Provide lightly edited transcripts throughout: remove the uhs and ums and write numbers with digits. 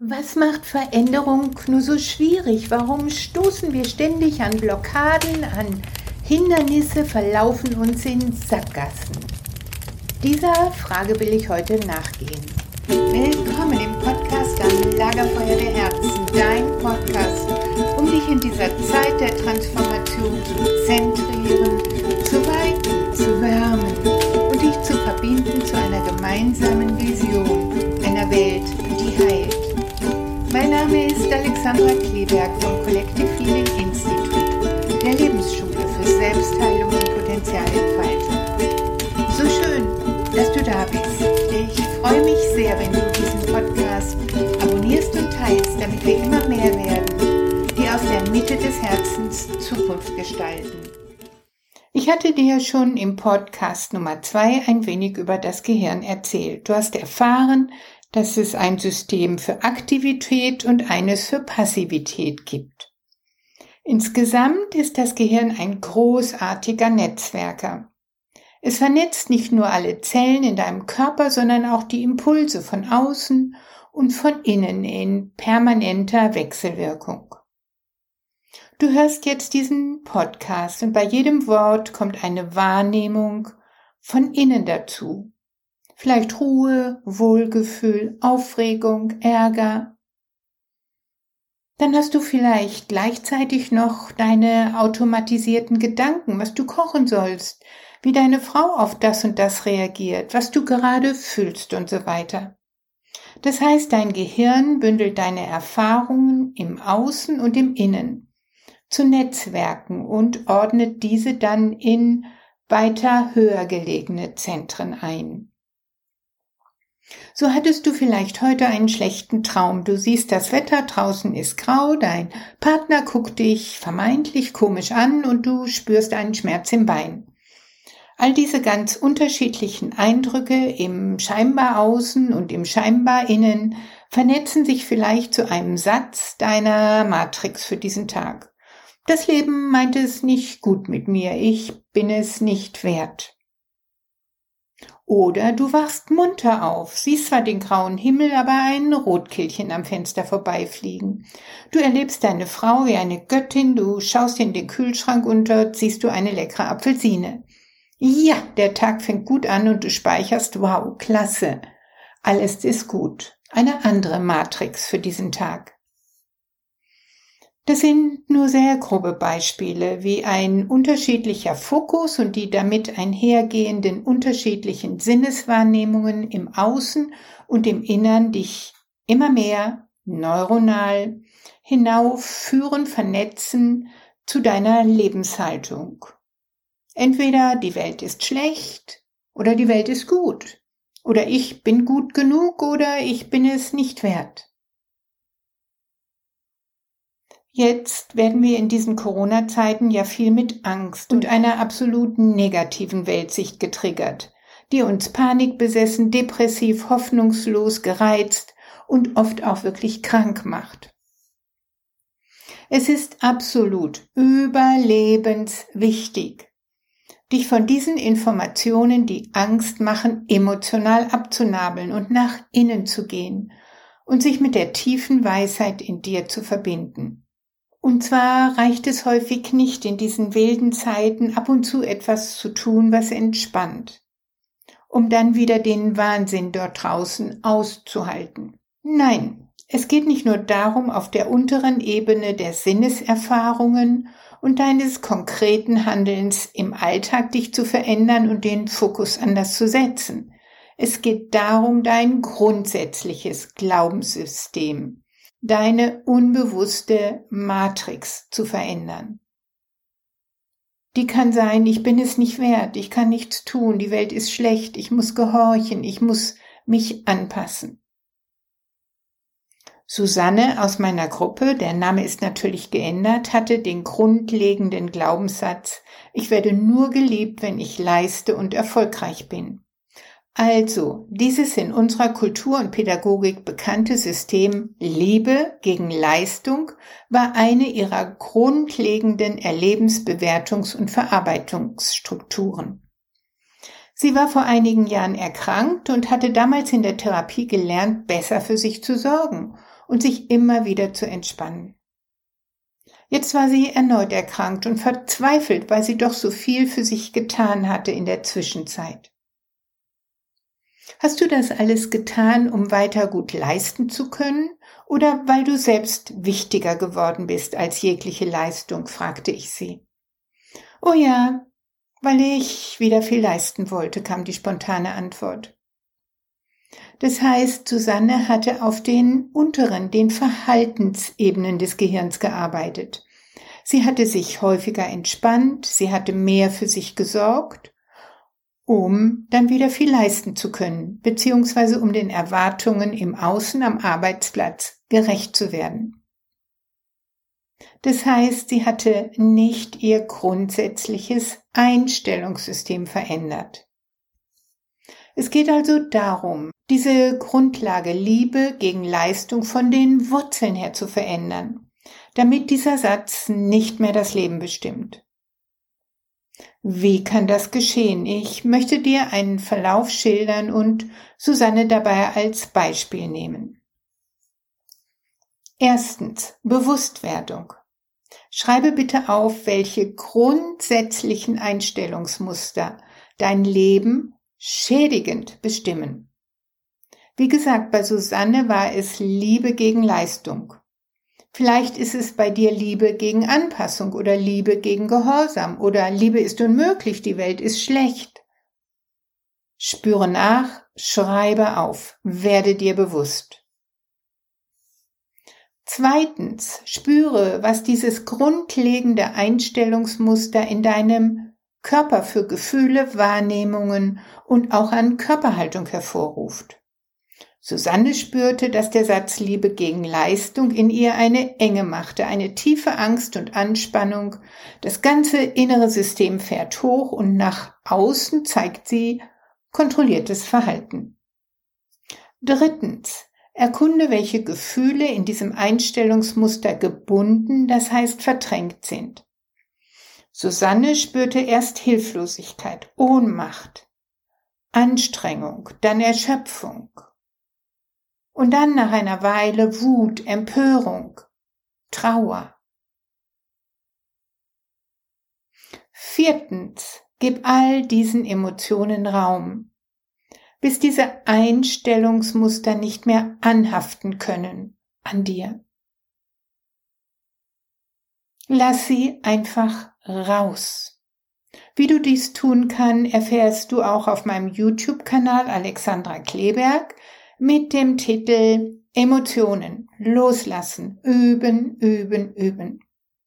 Was macht Veränderung nur so schwierig? Warum stoßen wir ständig an Blockaden, an Hindernisse, verlaufen uns in Sackgassen? Dieser Frage will ich heute nachgehen. Willkommen im Podcast am Lagerfeuer der Herzen, dein Podcast, um dich in dieser Zeit der Transformation zu zentrieren, zu weiten, zu wärmen und dich zu verbinden zu einer gemeinsamen Vision, einer Welt, die heilt. Mein Name ist Alexandra Kleberg vom Collective Healing Institute, der Lebensschule für Selbstheilung und Potenzialentfaltung. So schön, dass du da bist. Ich freue mich sehr, wenn du diesen Podcast abonnierst und teilst, damit wir immer mehr werden, die aus der Mitte des Herzens Zukunft gestalten. Ich hatte dir schon im Podcast Nummer 2 ein wenig über das Gehirn erzählt. Du hast erfahren, dass es ein System für Aktivität und eines für Passivität gibt. Insgesamt ist das Gehirn ein großartiger Netzwerker. Es vernetzt nicht nur alle Zellen in deinem Körper, sondern auch die Impulse von außen und von innen in permanenter Wechselwirkung. Du hörst jetzt diesen Podcast und bei jedem Wort kommt eine Wahrnehmung von innen dazu. Vielleicht Ruhe, Wohlgefühl, Aufregung, Ärger. Dann hast du vielleicht gleichzeitig noch deine automatisierten Gedanken, was du kochen sollst, wie deine Frau auf das und das reagiert, was du gerade fühlst und so weiter. Das heißt, dein Gehirn bündelt deine Erfahrungen im Außen und im Innen zu Netzwerken und ordnet diese dann in weiter höher gelegene Zentren ein. So hattest du vielleicht heute einen schlechten Traum. Du siehst, das Wetter draußen ist grau, dein Partner guckt dich vermeintlich komisch an und du spürst einen Schmerz im Bein. All diese ganz unterschiedlichen Eindrücke im scheinbar Außen und im scheinbar Innen vernetzen sich vielleicht zu einem Satz deiner Matrix für diesen Tag. Das Leben meint es nicht gut mit mir, ich bin es nicht wert. Oder du wachst munter auf, siehst zwar den grauen Himmel, aber ein Rotkehlchen am Fenster vorbeifliegen. Du erlebst deine Frau wie eine Göttin, du schaust in den Kühlschrank und dort siehst du eine leckere Apfelsine. Ja, der Tag fängt gut an und du speicherst, wow, klasse, alles ist gut. Eine andere Matrix für diesen Tag. Das sind nur sehr grobe Beispiele, wie ein unterschiedlicher Fokus und die damit einhergehenden unterschiedlichen Sinneswahrnehmungen im Außen und im Innern dich immer mehr neuronal hinaufführen, vernetzen zu deiner Lebenshaltung. Entweder die Welt ist schlecht oder die Welt ist gut. Oder ich bin gut genug oder ich bin es nicht wert. Jetzt werden wir in diesen Corona-Zeiten ja viel mit Angst und einer absoluten negativen Weltsicht getriggert, die uns panikbesessen, depressiv, hoffnungslos, gereizt und oft auch wirklich krank macht. Es ist absolut überlebenswichtig, dich von diesen Informationen, die Angst machen, emotional abzunabeln und nach innen zu gehen und sich mit der tiefen Weisheit in dir zu verbinden. Und zwar reicht es häufig nicht, in diesen wilden Zeiten ab und zu etwas zu tun, was entspannt, um dann wieder den Wahnsinn dort draußen auszuhalten. Nein, es geht nicht nur darum, auf der unteren Ebene der Sinneserfahrungen und deines konkreten Handelns im Alltag dich zu verändern und den Fokus anders zu setzen. Es geht darum, dein grundsätzliches Glaubenssystem, deine unbewusste Matrix zu verändern. Die kann sein, ich bin es nicht wert, ich kann nichts tun, die Welt ist schlecht, ich muss gehorchen, ich muss mich anpassen. Susanne aus meiner Gruppe, der Name ist natürlich geändert, hatte den grundlegenden Glaubenssatz, ich werde nur geliebt, wenn ich leiste und erfolgreich bin. Also, dieses in unserer Kultur und Pädagogik bekannte System Liebe gegen Leistung war eine ihrer grundlegenden Erlebensbewertungs- und Verarbeitungsstrukturen. Sie war vor einigen Jahren erkrankt und hatte damals in der Therapie gelernt, besser für sich zu sorgen und sich immer wieder zu entspannen. Jetzt war sie erneut erkrankt und verzweifelt, weil sie doch so viel für sich getan hatte in der Zwischenzeit. Hast du das alles getan, um weiter gut leisten zu können, oder weil du selbst wichtiger geworden bist als jegliche Leistung, fragte ich sie. Oh ja, weil ich wieder viel leisten wollte, kam die spontane Antwort. Das heißt, Susanne hatte auf den unteren, den Verhaltensebenen des Gehirns gearbeitet. Sie hatte sich häufiger entspannt, sie hatte mehr für sich gesorgt, um dann wieder viel leisten zu können, beziehungsweise um den Erwartungen im Außen am Arbeitsplatz gerecht zu werden. Das heißt, sie hatte nicht ihr grundsätzliches Einstellungssystem verändert. Es geht also darum, diese Grundlage Liebe gegen Leistung von den Wurzeln her zu verändern, damit dieser Satz nicht mehr das Leben bestimmt. Wie kann das geschehen? Ich möchte dir einen Verlauf schildern und Susanne dabei als Beispiel nehmen. Erstens, Bewusstwerdung. Schreibe bitte auf, welche grundsätzlichen Einstellungsmuster dein Leben schädigend bestimmen. Wie gesagt, bei Susanne war es Liebe gegen Leistung. Vielleicht ist es bei dir Liebe gegen Anpassung oder Liebe gegen Gehorsam oder Liebe ist unmöglich, die Welt ist schlecht. Spüre nach, schreibe auf, werde dir bewusst. Zweitens, spüre, was dieses grundlegende Einstellungsmuster in deinem Körper für Gefühle, Wahrnehmungen und auch an Körperhaltung hervorruft. Susanne spürte, dass der Satz Liebe gegen Leistung in ihr eine Enge machte, eine tiefe Angst und Anspannung. Das ganze innere System fährt hoch und nach außen zeigt sie kontrolliertes Verhalten. Drittens, erkunde, welche Gefühle in diesem Einstellungsmuster gebunden, das heißt verdrängt sind. Susanne spürte erst Hilflosigkeit, Ohnmacht, Anstrengung, dann Erschöpfung und dann nach einer Weile Wut, Empörung, Trauer. Viertens, gib all diesen Emotionen Raum, bis diese Einstellungsmuster nicht mehr anhaften können an dir. Lass sie einfach raus. Wie du dies tun kannst, erfährst du auch auf meinem YouTube-Kanal Alexandra Kleberg mit dem Titel Emotionen loslassen, üben, üben, üben.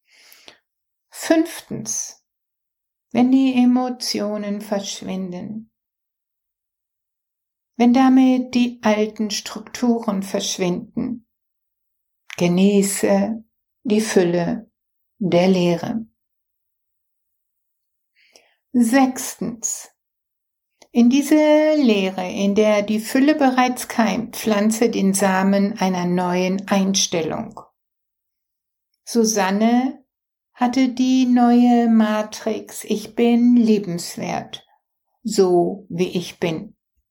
Fünftens, wenn die Emotionen verschwinden, wenn damit die alten Strukturen verschwinden, genieße die Fülle der Leere. Sechstens, in diese Leere, in der die Fülle bereits keimt, pflanze den Samen einer neuen Einstellung. Susanne hatte die neue Matrix, ich bin liebenswert, so wie ich bin.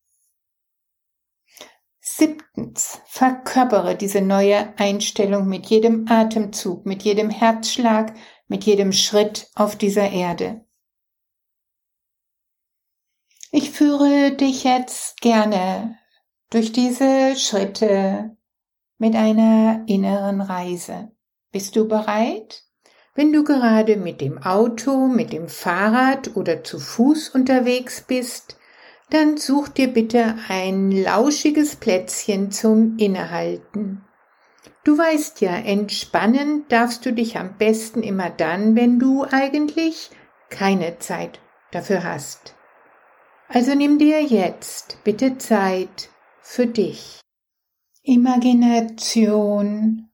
Siebtens, verkörpere diese neue Einstellung mit jedem Atemzug, mit jedem Herzschlag, mit jedem Schritt auf dieser Erde. Ich führe dich jetzt gerne durch diese Schritte mit einer inneren Reise. Bist du bereit? Wenn du gerade mit dem Auto, mit dem Fahrrad oder zu Fuß unterwegs bist, dann such dir bitte ein lauschiges Plätzchen zum Innehalten. Du weißt ja, entspannen darfst du dich am besten immer dann, wenn du eigentlich keine Zeit dafür hast. Also nimm dir jetzt bitte Zeit für dich. Imagination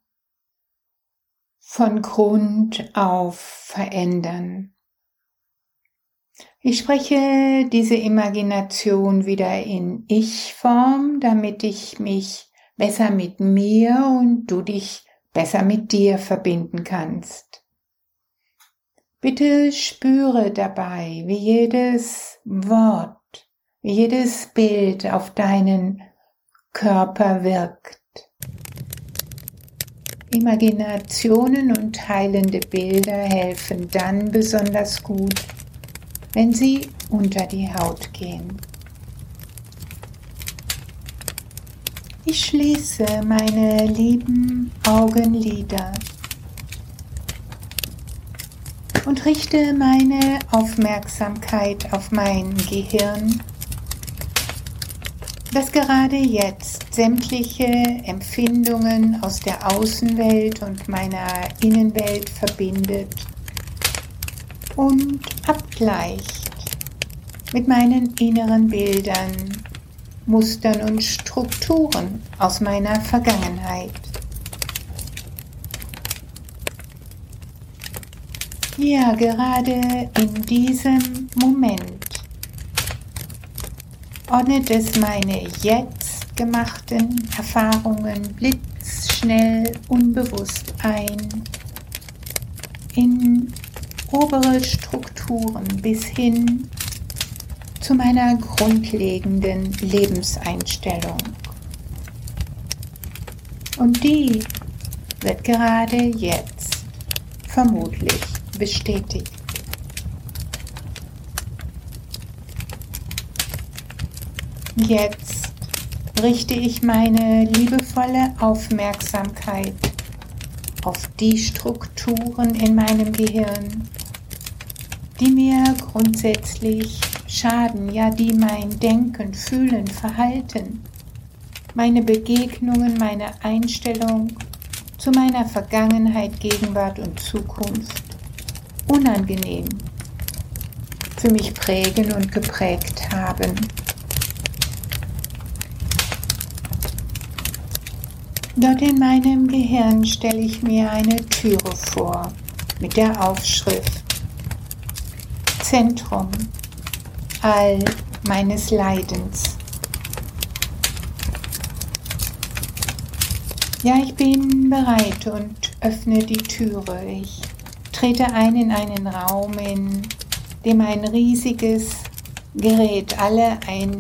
von Grund auf verändern. Ich spreche diese Imagination wieder in Ich-Form, damit ich mich besser mit mir und du dich besser mit dir verbinden kannst. Bitte spüre dabei, wie jedes Wort, wie jedes Bild auf deinen Körper wirkt. Imaginationen und heilende Bilder helfen dann besonders gut, wenn sie unter die Haut gehen. Ich schließe meine lieben Augenlider und richte meine Aufmerksamkeit auf mein Gehirn, das gerade jetzt sämtliche Empfindungen aus der Außenwelt und meiner Innenwelt verbindet und abgleicht mit meinen inneren Bildern, Mustern und Strukturen aus meiner Vergangenheit. Ja, gerade in diesem Moment ordnet es meine jetzt gemachten Erfahrungen blitzschnell unbewusst ein in obere Strukturen bis hin zu meiner grundlegenden Lebenseinstellung. Und die wird gerade jetzt vermutlich bestätigt. Jetzt richte ich meine liebevolle Aufmerksamkeit auf die Strukturen in meinem Gehirn, die mir grundsätzlich schaden, ja, die mein Denken, Fühlen, Verhalten, meine Begegnungen, meine Einstellung zu meiner Vergangenheit, Gegenwart und Zukunft unangenehm für mich prägen und geprägt haben. Dort in meinem Gehirn stelle ich mir eine Türe vor mit der Aufschrift Zentrum all meines Leidens. Ja, ich bin bereit und öffne die Türe. Ich trete ein in einen Raum, in dem ein riesiges Gerät alle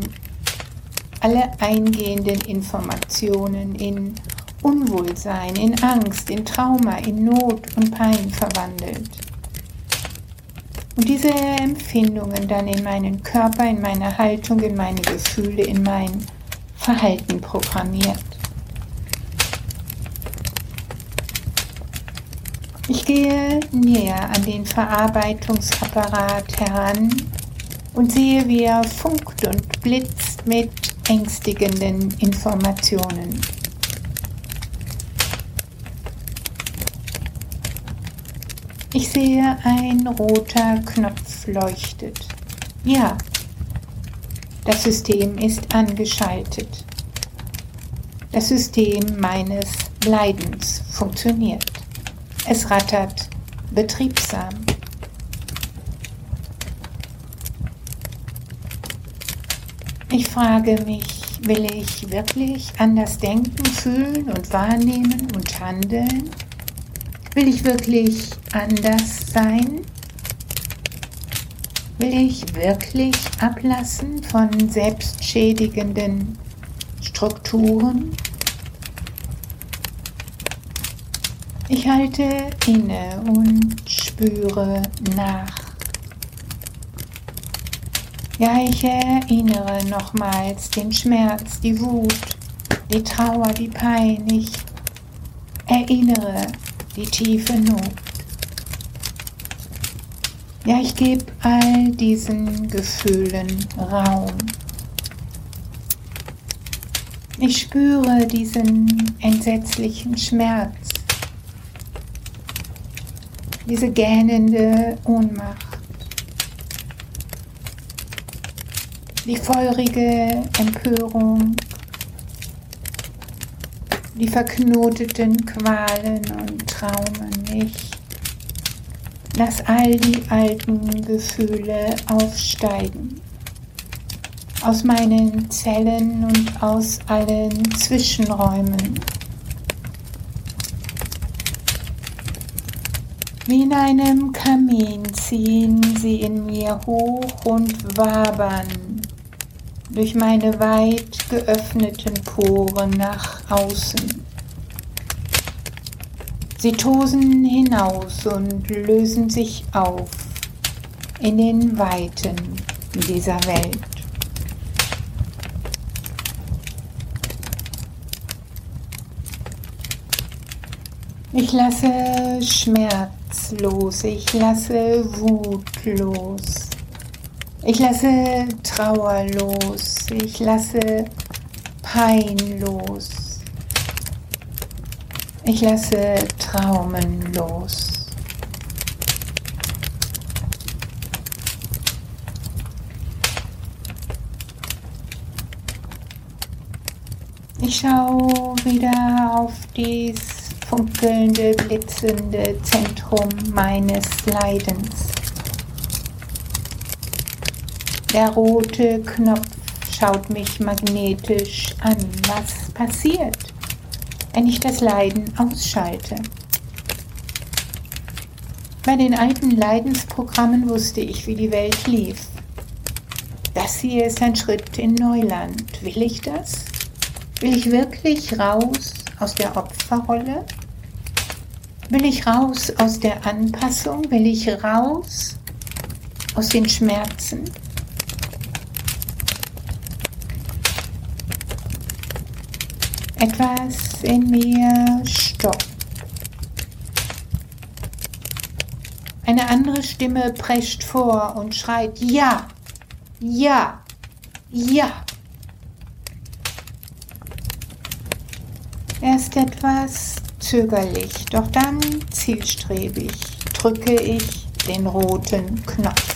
eingehenden Informationen in Unwohlsein, in Angst, in Trauma, in Not und Pein verwandelt. Und diese Empfindungen dann in meinen Körper, in meine Haltung, in meine Gefühle, in mein Verhalten programmiert. Ich gehe näher an den Verarbeitungsapparat heran und sehe, wie er funkt und blitzt mit ängstigenden Informationen. Ich sehe, ein roter Knopf leuchtet. Ja, das System ist angeschaltet. Das System meines Leidens funktioniert. Es rattert betriebsam. Ich frage mich, will ich wirklich anders denken, fühlen und wahrnehmen und handeln? Will ich wirklich anders sein? Will ich wirklich ablassen von selbstschädigenden Strukturen? Ich halte inne und spüre nach. Ja, ich erinnere nochmals den Schmerz, die Wut, die Trauer, die Pein. Ich erinnere die tiefe Not. Ja, ich gebe all diesen Gefühlen Raum. Ich spüre diesen entsetzlichen Schmerz, diese gähnende Ohnmacht, die feurige Empörung, die verknoteten Qualen und Traumen. Ich lass all die alten Gefühle aufsteigen, aus meinen Zellen und aus allen Zwischenräumen. Wie in einem Kamin ziehen sie in mir hoch und wabern durch meine weit geöffneten Poren nach außen. Sie tosen hinaus und lösen sich auf in den Weiten dieser Welt. Ich lasse Schmerz los, ich lasse Wut los, ich lasse Trauer los, ich lasse Pein los, ich lasse Traumen los. Ich schaue wieder auf dies funkelnde, blitzende Zentrum meines Leidens. Der rote Knopf schaut mich magnetisch an. Was passiert, wenn ich das Leiden ausschalte? Bei den alten Leidensprogrammen wusste ich, wie die Welt lief. Das hier ist ein Schritt in Neuland. Will ich das? Will ich wirklich raus aus der Opferrolle? Will ich raus aus der Anpassung? Will ich raus aus den Schmerzen? Etwas in mir stoppt. Eine andere Stimme prescht vor und schreit: Ja, ja, ja. Erst etwas zögerlich, doch dann zielstrebig drücke ich den roten Knopf.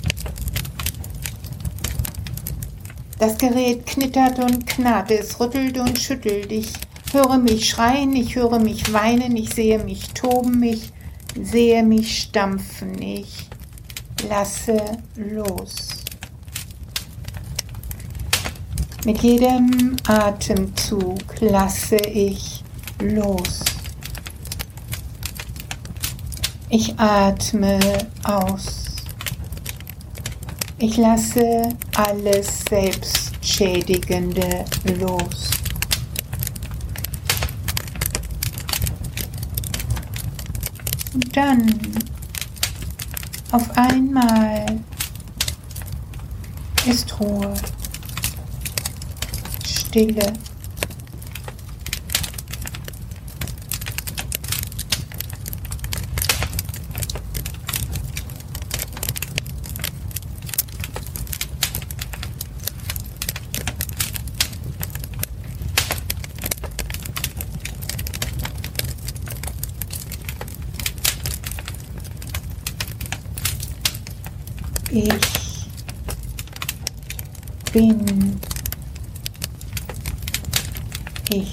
Das Gerät knittert und knarrt, es rüttelt und schüttelt. Ich höre mich schreien, ich höre mich weinen, ich sehe mich toben, ich sehe mich stampfen, ich lasse los. Mit jedem Atemzug lasse ich los. Ich atme aus. Ich lasse alles Selbstschädigende los. Und dann auf einmal ist Ruhe. Stille. Ich bin ich.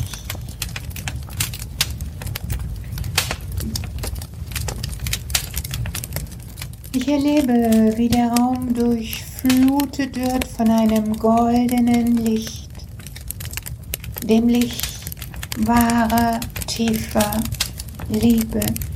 Ich erlebe, wie der Raum durchflutet wird von einem goldenen Licht, dem Licht wahrer, tiefer Liebe.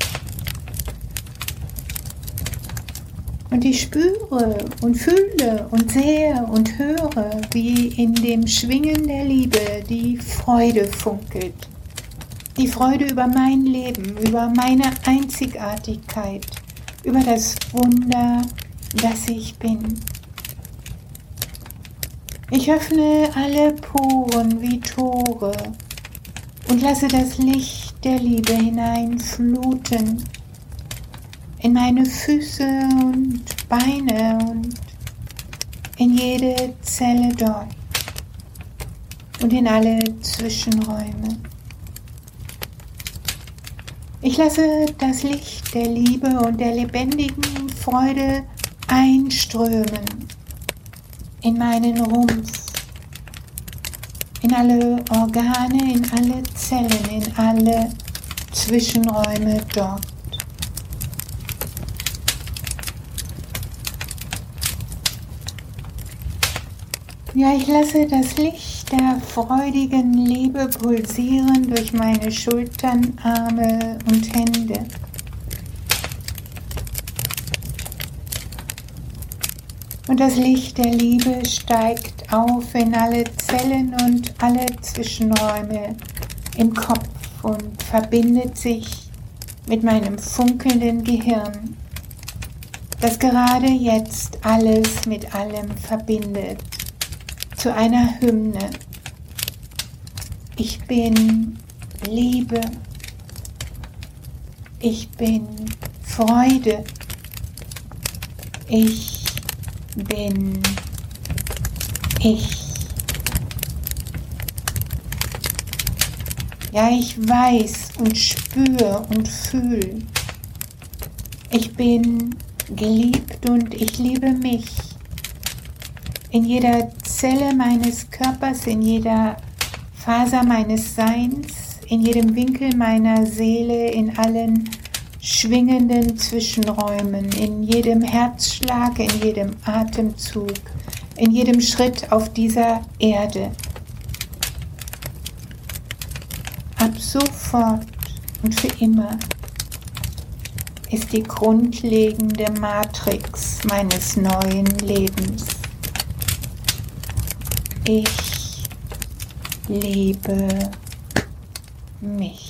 Und ich spüre und fühle und sehe und höre, wie in dem Schwingen der Liebe die Freude funkelt. Die Freude über mein Leben, über meine Einzigartigkeit, über das Wunder, das ich bin. Ich öffne alle Poren wie Tore und lasse das Licht der Liebe hineinfluten in meine Füße und Beine und in jede Zelle dort und in alle Zwischenräume. Ich lasse das Licht der Liebe und der lebendigen Freude einströmen in meinen Rumpf, in alle Organe, in alle Zellen, in alle Zwischenräume dort. Ja, ich lasse das Licht der freudigen Liebe pulsieren durch meine Schultern, Arme und Hände. Und das Licht der Liebe steigt auf in alle Zellen und alle Zwischenräume im Kopf und verbindet sich mit meinem funkelnden Gehirn, das gerade jetzt alles mit allem verbindet, zu einer Hymne. Ich bin Liebe. Ich bin Freude. Ich bin ich. Ja, ich weiß und spüre und fühle. Ich bin geliebt und ich liebe mich. In jeder Zelle meines Körpers, in jeder Faser meines Seins, in jedem Winkel meiner Seele, in allen schwingenden Zwischenräumen, in jedem Herzschlag, in jedem Atemzug, in jedem Schritt auf dieser Erde. Ab sofort und für immer ist die grundlegende Matrix meines neuen Lebens. Ich liebe mich.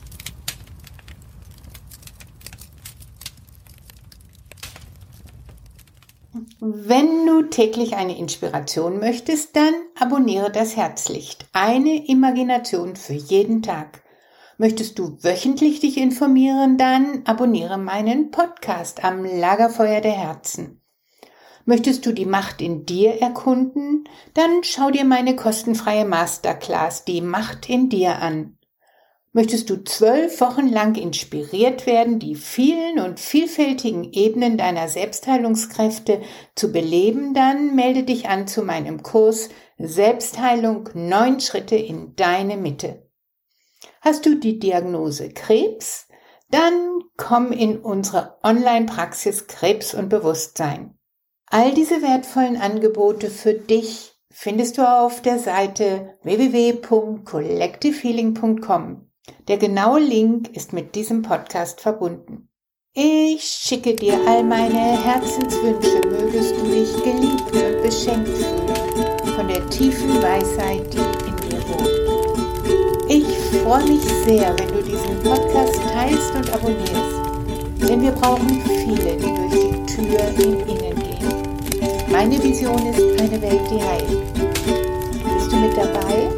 Wenn du täglich eine Inspiration möchtest, dann abonniere das Herzlicht. Eine Imagination für jeden Tag. Möchtest du wöchentlich dich informieren, dann abonniere meinen Podcast am Lagerfeuer der Herzen. Möchtest du die Macht in dir erkunden, dann schau dir meine kostenfreie Masterclass Die Macht in dir an. Möchtest du 12 Wochen lang inspiriert werden, die vielen und vielfältigen Ebenen deiner Selbstheilungskräfte zu beleben, dann melde dich an zu meinem Kurs Selbstheilung 9 Schritte in deine Mitte. Hast du die Diagnose Krebs? Dann komm in unsere Online-Praxis Krebs und Bewusstsein. All diese wertvollen Angebote für dich findest du auf der Seite www.collectivehealing.com. Der genaue Link ist mit diesem Podcast verbunden. Ich schicke dir all meine Herzenswünsche, mögest du dich geliebt und beschenkt fühlen von der tiefen Weisheit, die in dir wohnt. Ich freue mich sehr, wenn du diesen Podcast teilst und abonnierst, denn wir brauchen viele, die durch die Tür in innen gehen. Meine Vision ist eine Welt, die heilt. Bist du mit dabei?